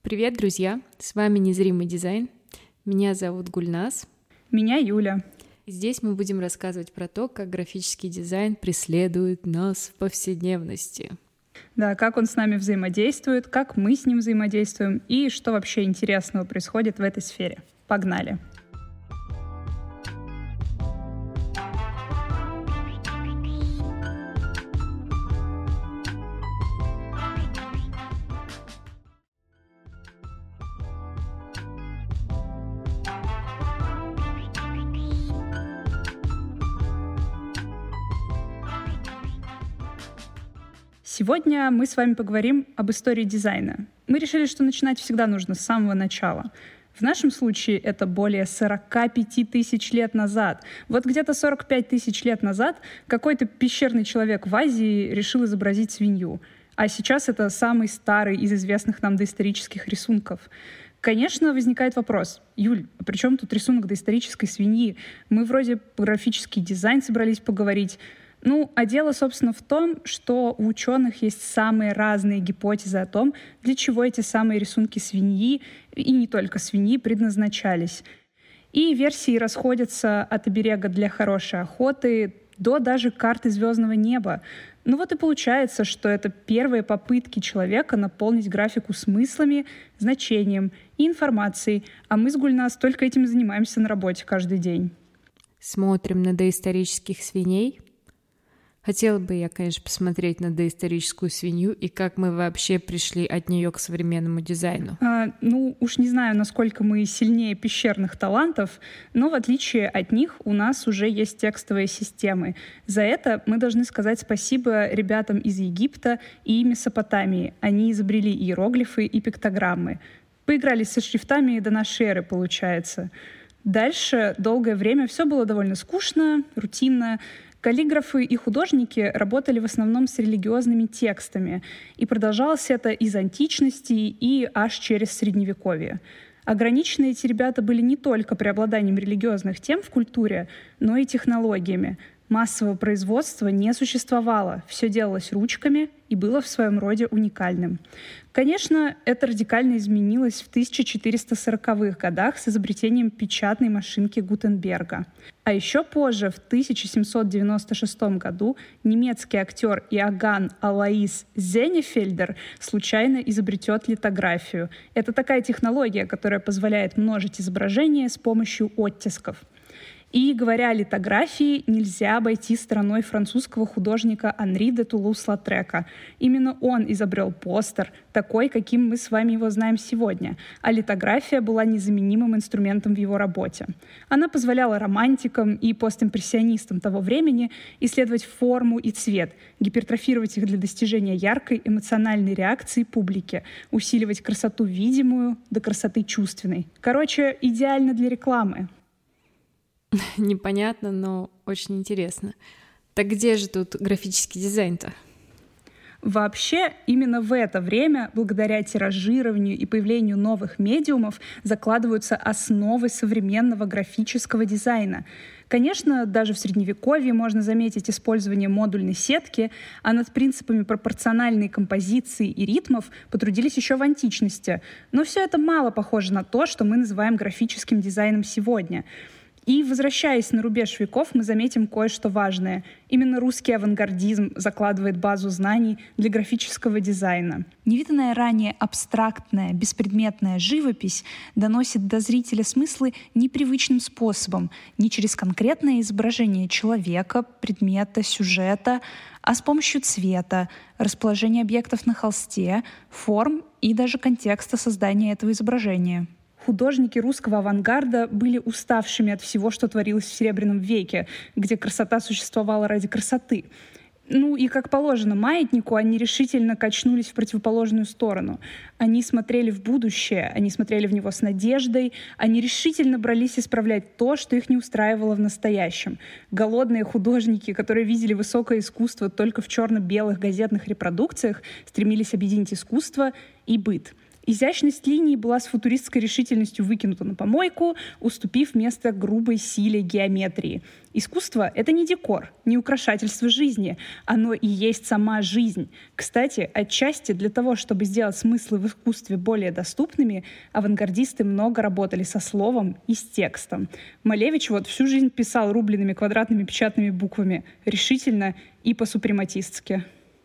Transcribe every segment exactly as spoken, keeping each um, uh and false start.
Привет, друзья! С вами Незримый дизайн. Меня зовут Гульназ. Меня Юля. Здесь мы будем рассказывать про то, как графический дизайн преследует нас в повседневности. Да, как он с нами взаимодействует, как мы с ним взаимодействуем и что вообще интересного происходит в этой сфере. Погнали! Сегодня мы с вами поговорим об истории дизайна. Мы решили, что начинать всегда нужно с самого начала. В нашем случае это более сорок пять тысяч лет назад. Вот где-то сорок пять тысяч лет назад какой-то пещерный человек в Азии решил изобразить свинью. А сейчас это самый старый из известных нам доисторических рисунков. Конечно, возникает вопрос: Юль, а при чем тут рисунок доисторической свиньи? Мы вроде про графический дизайн собрались поговорить. Ну, а дело, собственно, в том, что у ученых есть самые разные гипотезы о том, для чего эти самые рисунки свиньи, и не только свиньи, предназначались. И версии расходятся от оберега для хорошей охоты до даже карты звездного неба. Ну вот и получается, что это первые попытки человека наполнить графику смыслами, значением и информацией, а мы с Гульназ только этим занимаемся на работе каждый день. Смотрим на доисторических свиней. Хотела бы я, конечно, посмотреть на доисторическую свинью и как мы вообще пришли от нее к современному дизайну. А, ну, уж не знаю, насколько мы сильнее пещерных талантов, но в отличие от них у нас уже есть текстовые системы. За это мы должны сказать спасибо ребятам из Египта и Месопотамии. Они изобрели иероглифы и пиктограммы. Поигрались со шрифтами до нашей эры, получается. Дальше долгое время все было довольно скучно, рутинно. Каллиграфы и художники работали в основном с религиозными текстами, и продолжалось это из античности и аж через Средневековье. Ограничены эти ребята были не только преобладанием религиозных тем в культуре, но и технологиями. Массового производства не существовало, все делалось ручками и было в своем роде уникальным. Конечно, это радикально изменилось в тысяча четыреста сороковых годах с изобретением печатной машинки Гутенберга. А еще позже, в тысяча семьсот девяносто шестом году, немецкий актер Иоганн Алоис Зенефельдер случайно изобретет литографию. Это такая технология, которая позволяет множить изображения с помощью оттисков. И, говоря о литографии, нельзя обойти стороной французского художника Анри де Тулус-Латрека. Именно он изобрел постер, такой, каким мы с вами его знаем сегодня. А литография была незаменимым инструментом в его работе. Она позволяла романтикам и постимпрессионистам того времени исследовать форму и цвет, гипертрофировать их для достижения яркой эмоциональной реакции публики, усиливать красоту видимую до красоты чувственной. Короче, идеально для рекламы. Непонятно, но очень интересно. Так где же тут графический дизайн-то? Вообще, именно в это время, благодаря тиражированию и появлению новых медиумов, закладываются основы современного графического дизайна. Конечно, даже в Средневековье можно заметить использование модульной сетки, а над принципами пропорциональной композиции и ритмов потрудились еще в античности. Но все это мало похоже на то, что мы называем графическим дизайном сегодня. И, возвращаясь на рубеж веков, мы заметим кое-что важное. Именно русский авангардизм закладывает базу знаний для графического дизайна. Невиданная ранее абстрактная, беспредметная живопись доносит до зрителя смыслы непривычным способом, не через конкретное изображение человека, предмета, сюжета, а с помощью цвета, расположения объектов на холсте, форм и даже контекста создания этого изображения. Художники русского авангарда были уставшими от всего, что творилось в Серебряном веке, где красота существовала ради красоты. Ну и, как положено маятнику, они решительно качнулись в противоположную сторону. Они смотрели в будущее, они смотрели в него с надеждой, они решительно брались исправлять то, что их не устраивало в настоящем. Голодные художники, которые видели высокое искусство только в черно-белых газетных репродукциях, стремились объединить искусство и быт. Изящность линий была с футуристской решительностью выкинута на помойку, уступив место грубой силе геометрии. Искусство — это не декор, не украшательство жизни. Оно и есть сама жизнь. Кстати, отчасти для того, чтобы сделать смыслы в искусстве более доступными, авангардисты много работали со словом и с текстом. Малевич вот всю жизнь писал рубленными квадратными печатными буквами, решительно и по-супрематистски.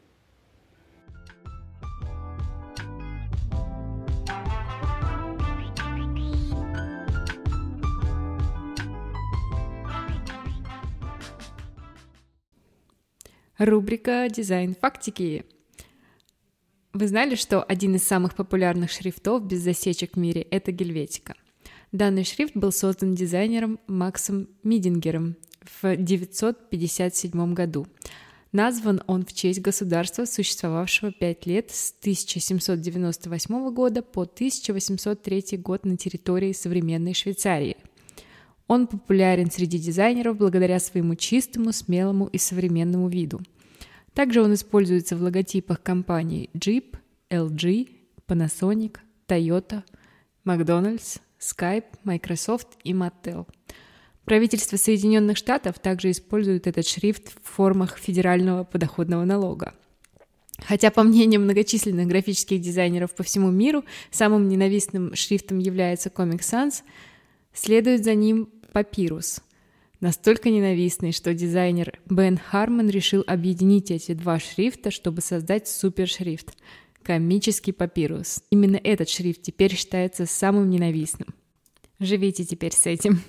Рубрика «Дизайн фактики». Вы знали, что один из самых популярных шрифтов без засечек в мире — это гельветика? Данный шрифт был создан дизайнером Максом Мидингером в девятьсот пятьдесят седьмом году. Назван он в честь государства, существовавшего пять лет с тысяча семьсот девяносто восьмого года по тысяча восемьсот третий год на территории современной Швейцарии. Он популярен среди дизайнеров благодаря своему чистому, смелому и современному виду. Также он используется в логотипах компаний Jeep, эл джи, Panasonic, Toyota, McDonald's, Skype, Microsoft и Mattel. Правительство Соединенных Штатов также использует этот шрифт в формах федерального подоходного налога. Хотя, по мнению многочисленных графических дизайнеров по всему миру, самым ненавистным шрифтом является Comic Sans, следует за ним Papyrus. Настолько ненавистный, что дизайнер Бен Харман решил объединить эти два шрифта, чтобы создать супершрифт — комический папирус. Именно этот шрифт теперь считается самым ненавистным. Живите теперь с этим.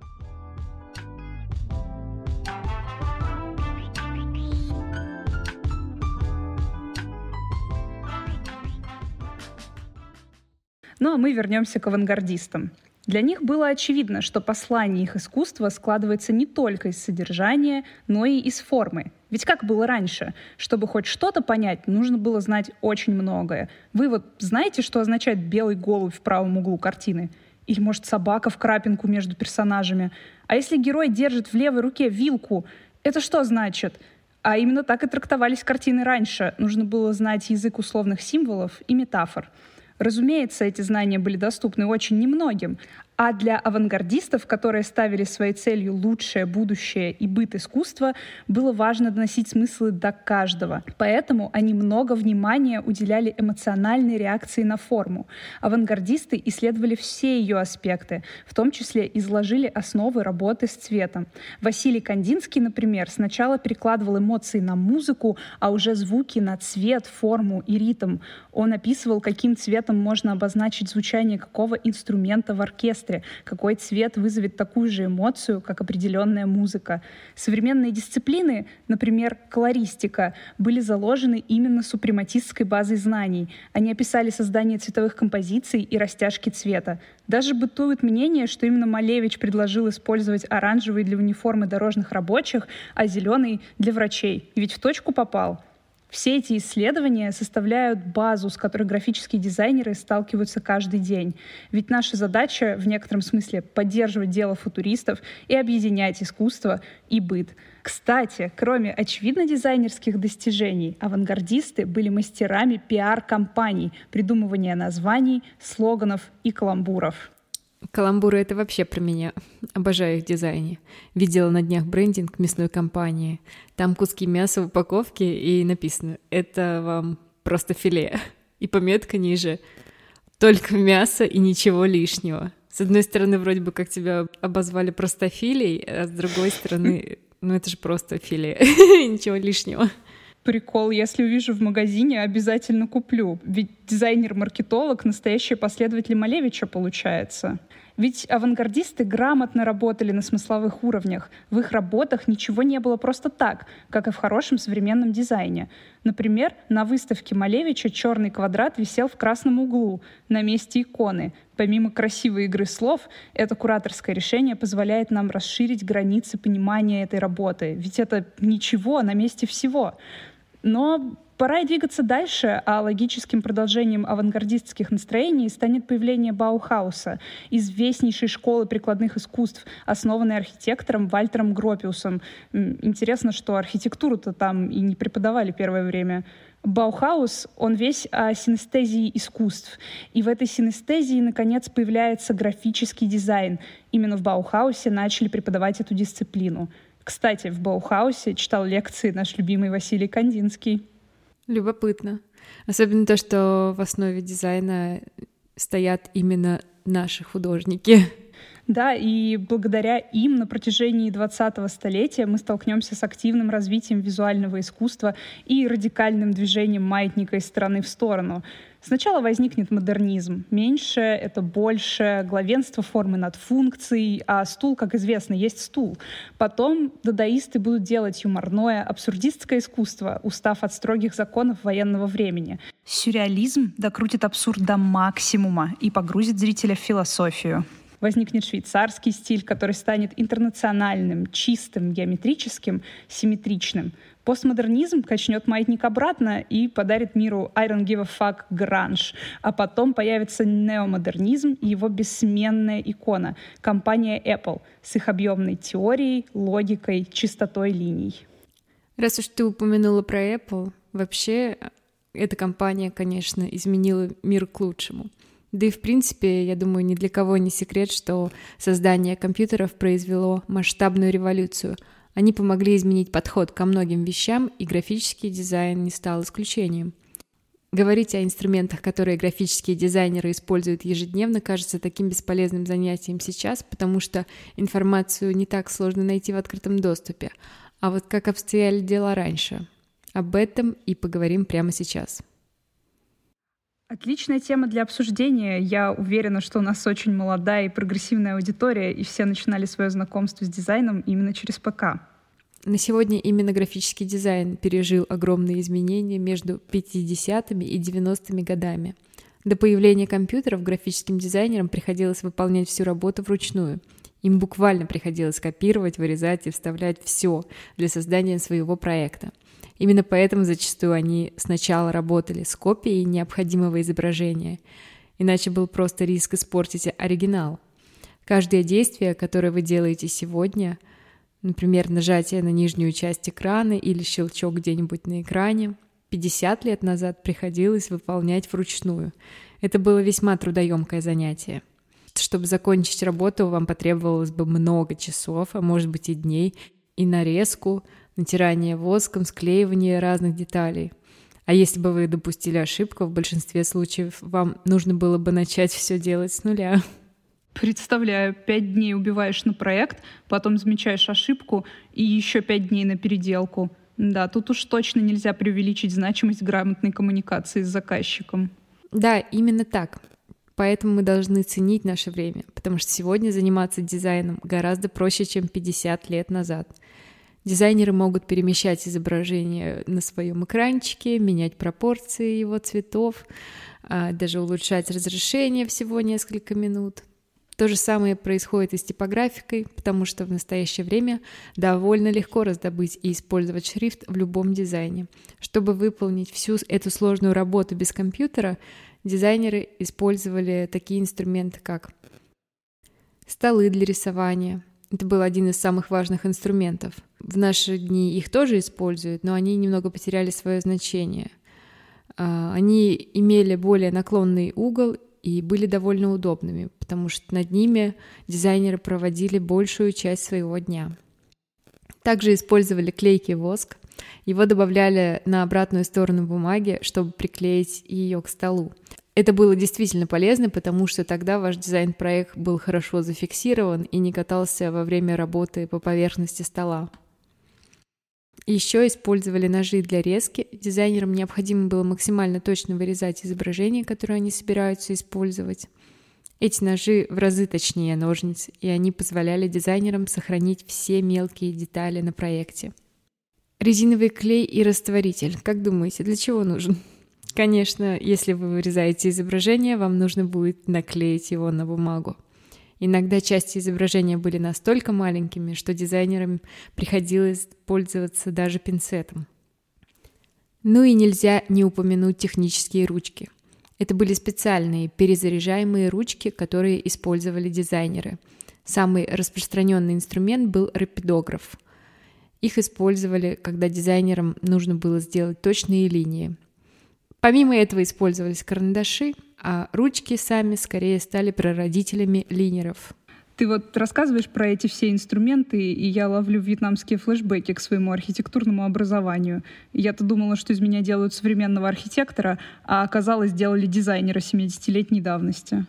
Ну а мы вернемся к авангардистам. Для них было очевидно, что послание их искусства складывается не только из содержания, но и из формы. Ведь как было раньше? Чтобы хоть что-то понять, нужно было знать очень многое. Вы вот знаете, что означает белый голубь в правом углу картины? Или, может, собака в крапинку между персонажами? А если герой держит в левой руке вилку, это что значит? А именно так и трактовались картины раньше. Нужно было знать язык условных символов и метафор. Разумеется, эти знания были доступны очень немногим, а для авангардистов, которые ставили своей целью лучшее будущее и быт искусства, было важно доносить смыслы до каждого. Поэтому они много внимания уделяли эмоциональной реакции на форму. Авангардисты исследовали все ее аспекты, в том числе изложили основы работы с цветом. Василий Кандинский, например, сначала перекладывал эмоции на музыку, а уже звуки на цвет, форму и ритм. Он описывал, каким цветом можно обозначить звучание какого инструмента в оркестре, какой цвет вызовет такую же эмоцию, как определенная музыка. Современные дисциплины, например, колористика, были заложены именно супрематистской базой знаний. Они описали создание цветовых композиций и растяжки цвета. Даже бытует мнение, что именно Малевич предложил использовать оранжевый для униформы дорожных рабочих, а зеленый для врачей. И ведь в точку попал. Все эти исследования составляют базу, с которой графические дизайнеры сталкиваются каждый день. Ведь наша задача в некотором смысле поддерживать дело футуристов и объединять искусство и быт. Кстати, кроме очевидно дизайнерских достижений, авангардисты были мастерами пиар-компаний, придумывания названий, слоганов и каламбуров. Каламбуры — это вообще про меня. Обожаю их в дизайне. Видела на днях брендинг мясной компании. Там куски мяса в упаковке, и написано: это вам просто филе. И пометка ниже: только мясо и ничего лишнего. С одной стороны, вроде бы как тебя обозвали простофилей, а с другой стороны, ну это же просто филе. Ничего лишнего. Прикол, если увижу в магазине, обязательно куплю. Ведь дизайнер-маркетолог — настоящий последователь Малевича получается. Ведь авангардисты грамотно работали на смысловых уровнях. В их работах ничего не было просто так, как и в хорошем современном дизайне. Например, на выставке Малевича черный квадрат висел в красном углу, на месте иконы. Помимо красивой игры слов, это кураторское решение позволяет нам расширить границы понимания этой работы. Ведь это ничего на месте всего. Но Пора и двигаться дальше, а логическим продолжением авангардистских настроений станет появление Баухауса, известнейшей школы прикладных искусств, основанной архитектором Вальтером Гропиусом. Интересно, что архитектуру-то там и не преподавали первое время. Баухаус, он весь о синестезии искусств. И в этой синестезии, наконец, появляется графический дизайн. Именно в Баухаусе начали преподавать эту дисциплину. Кстати, в Баухаусе читал лекции наш любимый Василий Кандинский. Любопытно. Особенно то, что в основе дизайна стоят именно наши художники. Да, и благодаря им на протяжении двадцатого столетия мы столкнемся с активным развитием визуального искусства и радикальным движением маятника из стороны в сторону. Сначала возникнет модернизм. Меньше — это больше, главенство формы над функцией, а стул, как известно, есть стул. Потом дадаисты будут делать юморное, абсурдистское искусство, устав от строгих законов военного времени. Сюрреализм докрутит абсурд до максимума и погрузит зрителя в философию. Возникнет швейцарский стиль, который станет интернациональным, чистым, геометрическим, симметричным. Постмодернизм качнет маятник обратно и подарит миру I don't give a fuck гранж. А потом появится неомодернизм и его бессменная икона — компания Apple с их объемной теорией, логикой, чистотой линий. Раз уж ты упомянула про Apple, вообще эта компания, конечно, изменила мир к лучшему. Да и в принципе, я думаю, ни для кого не секрет, что создание компьютеров произвело масштабную революцию. Они помогли изменить подход ко многим вещам, и графический дизайн не стал исключением. Говорить о инструментах, которые графические дизайнеры используют ежедневно, кажется таким бесполезным занятием сейчас, потому что информацию не так сложно найти в открытом доступе. А вот как обстояли дела раньше? Об этом и поговорим прямо сейчас. Отличная тема для обсуждения. Я уверена, что у нас очень молодая и прогрессивная аудитория, и все начинали свое знакомство с дизайном именно через ПК. На сегодня именно графический дизайн пережил огромные изменения между пятидесятыми и девяностыми годами. До появления компьютеров графическим дизайнерам приходилось выполнять всю работу вручную. Им буквально приходилось копировать, вырезать и вставлять все для создания своего проекта. Именно поэтому зачастую они сначала работали с копией необходимого изображения, иначе был просто риск испортить оригинал. Каждое действие, которое вы делаете сегодня, например, нажатие на нижнюю часть экрана или щелчок где-нибудь на экране, пятьдесят лет назад приходилось выполнять вручную. Это было весьма трудоемкое занятие. Чтобы закончить работу, вам потребовалось бы много часов, а может быть и дней, и нарезку, натирание воском, склеивание разных деталей. А если бы вы допустили ошибку, в большинстве случаев вам нужно было бы начать все делать с нуля. Представляю, пять дней убиваешь на проект, потом замечаешь ошибку и еще пять дней на переделку. Да, тут уж точно нельзя преувеличить значимость грамотной коммуникации с заказчиком. Да, именно так. Поэтому мы должны ценить наше время, потому что сегодня заниматься дизайном гораздо проще, чем пятьдесят лет назад. Дизайнеры могут перемещать изображение на своем экранчике, менять пропорции его цветов, даже улучшать разрешение всего несколько минут. То же самое происходит и с типографикой, потому что в настоящее время довольно легко раздобыть и использовать шрифт в любом дизайне. Чтобы выполнить всю эту сложную работу без компьютера, дизайнеры использовали такие инструменты, как столы для рисования. Это был один из самых важных инструментов. В наши дни их тоже используют, но они немного потеряли свое значение. Они имели более наклонный угол и были довольно удобными, потому что над ними дизайнеры проводили большую часть своего дня. Также использовали клейкий воск. Его добавляли на обратную сторону бумаги, чтобы приклеить ее к столу. Это было действительно полезно, потому что тогда ваш дизайн-проект был хорошо зафиксирован и не катался во время работы по поверхности стола. Еще использовали ножи для резки. Дизайнерам необходимо было максимально точно вырезать изображение, которое они собираются использовать. Эти ножи в разы точнее ножниц, и они позволяли дизайнерам сохранить все мелкие детали на проекте. Резиновый клей и растворитель. Как думаете, для чего нужен? Конечно, если вы вырезаете изображение, вам нужно будет наклеить его на бумагу. Иногда части изображения были настолько маленькими, что дизайнерам приходилось пользоваться даже пинцетом. Ну и нельзя не упомянуть технические ручки. Это были специальные перезаряжаемые ручки, которые использовали дизайнеры. Самый распространенный инструмент был рапидограф. Их использовали, когда дизайнерам нужно было сделать точные линии. Помимо этого использовались карандаши, а ручки сами скорее стали прародителями линеров. Ты вот рассказываешь про эти все инструменты, и я ловлю вьетнамские флешбеки к своему архитектурному образованию. Я-то думала, что из меня делают современного архитектора, а оказалось, делали дизайнера семидесятилетней давности.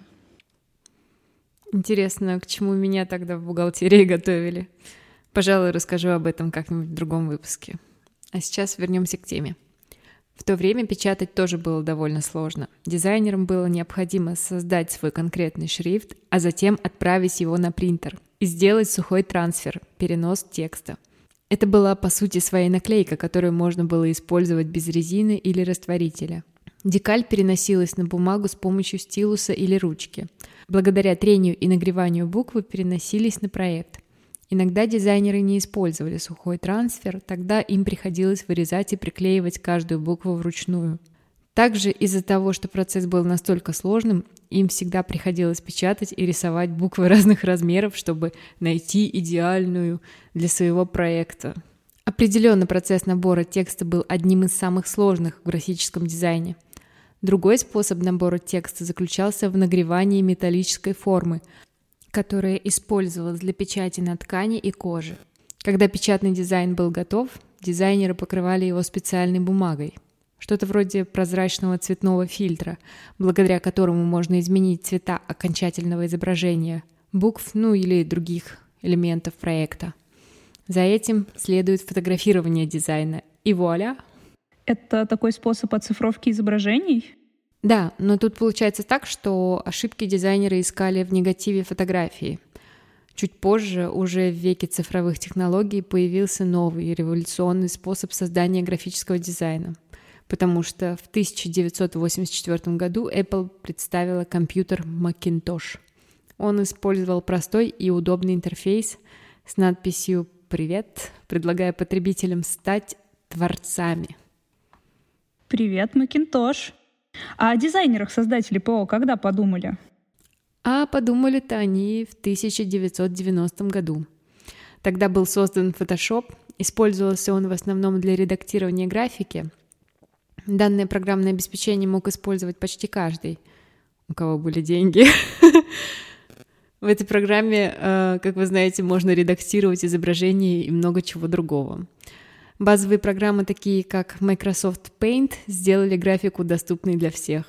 Интересно, к чему меня тогда в бухгалтерии готовили? Пожалуй, расскажу об этом как-нибудь в другом выпуске. А сейчас вернемся к теме. В то время печатать тоже было довольно сложно. Дизайнерам было необходимо создать свой конкретный шрифт, а затем отправить его на принтер и сделать сухой трансфер, перенос текста. Это была, по сути, своей наклейка, которую можно было использовать без резины или растворителя. Декаль переносилась на бумагу с помощью стилуса или ручки. Благодаря трению и нагреванию буквы переносились на проект. Иногда дизайнеры не использовали сухой трансфер, тогда им приходилось вырезать и приклеивать каждую букву вручную. Также из-за того, что процесс был настолько сложным, им всегда приходилось печатать и рисовать буквы разных размеров, чтобы найти идеальную для своего проекта. Определенно, процесс набора текста был одним из самых сложных в графическом дизайне. Другой способ набора текста заключался в нагревании металлической формы, которая использовалась для печати на ткани и коже. Когда печатный дизайн был готов, дизайнеры покрывали его специальной бумагой, что-то вроде прозрачного цветного фильтра, благодаря которому можно изменить цвета окончательного изображения, букв, ну или других элементов проекта. За этим следует фотографирование дизайна, и вуаля! Это такой способ оцифровки изображений? Да, но тут получается так, что ошибки дизайнеры искали в негативе фотографии. Чуть позже, уже в веке цифровых технологий, появился новый революционный способ создания графического дизайна, потому что в тысяча девятьсот восемьдесят четвёртом году Apple представила компьютер Macintosh. Он использовал простой и удобный интерфейс с надписью «Привет», предлагая потребителям стать творцами. Привет, Macintosh! А о дизайнерах-создателей ПО когда подумали? А подумали-то они в тысяча девятьсот девяностом году. Тогда был создан Photoshop, использовался он в основном для редактирования графики. Данное программное обеспечение мог использовать почти каждый, у кого были деньги. В этой программе, как вы знаете, можно редактировать изображения и много чего другого. Базовые программы, такие как Microsoft Paint, сделали графику доступной для всех.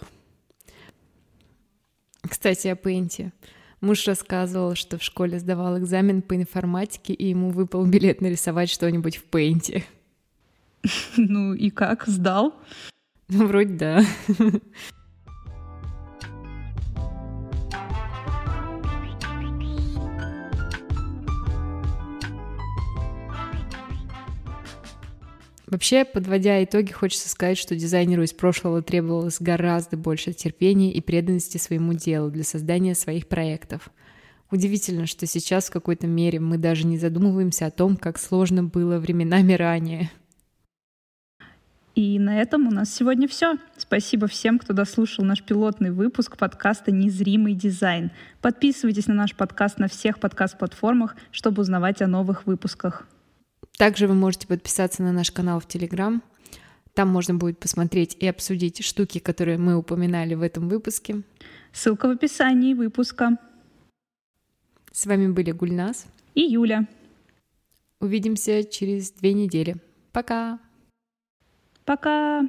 Кстати, о Paint. Муж рассказывал, что в школе сдавал экзамен по информатике, и ему выпал билет нарисовать что-нибудь в Paint. Ну и как, сдал? Ну, вроде да. Вообще, подводя итоги, хочется сказать, что дизайнеру из прошлого требовалось гораздо больше терпения и преданности своему делу для создания своих проектов. Удивительно, что сейчас в какой-то мере мы даже не задумываемся о том, как сложно было временами ранее. И на этом у нас сегодня все. Спасибо всем, кто дослушал наш пилотный выпуск подкаста «Незримый дизайн». Подписывайтесь на наш подкаст на всех подкаст-платформах, чтобы узнавать о новых выпусках. Также вы можете подписаться на наш канал в Telegram. Там можно будет посмотреть и обсудить штуки, которые мы упоминали в этом выпуске. Ссылка в описании выпуска. С вами были Гульназ и Юля. Увидимся через две недели. Пока! Пока!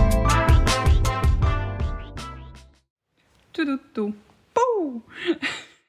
Ту-ду-ту. Пау!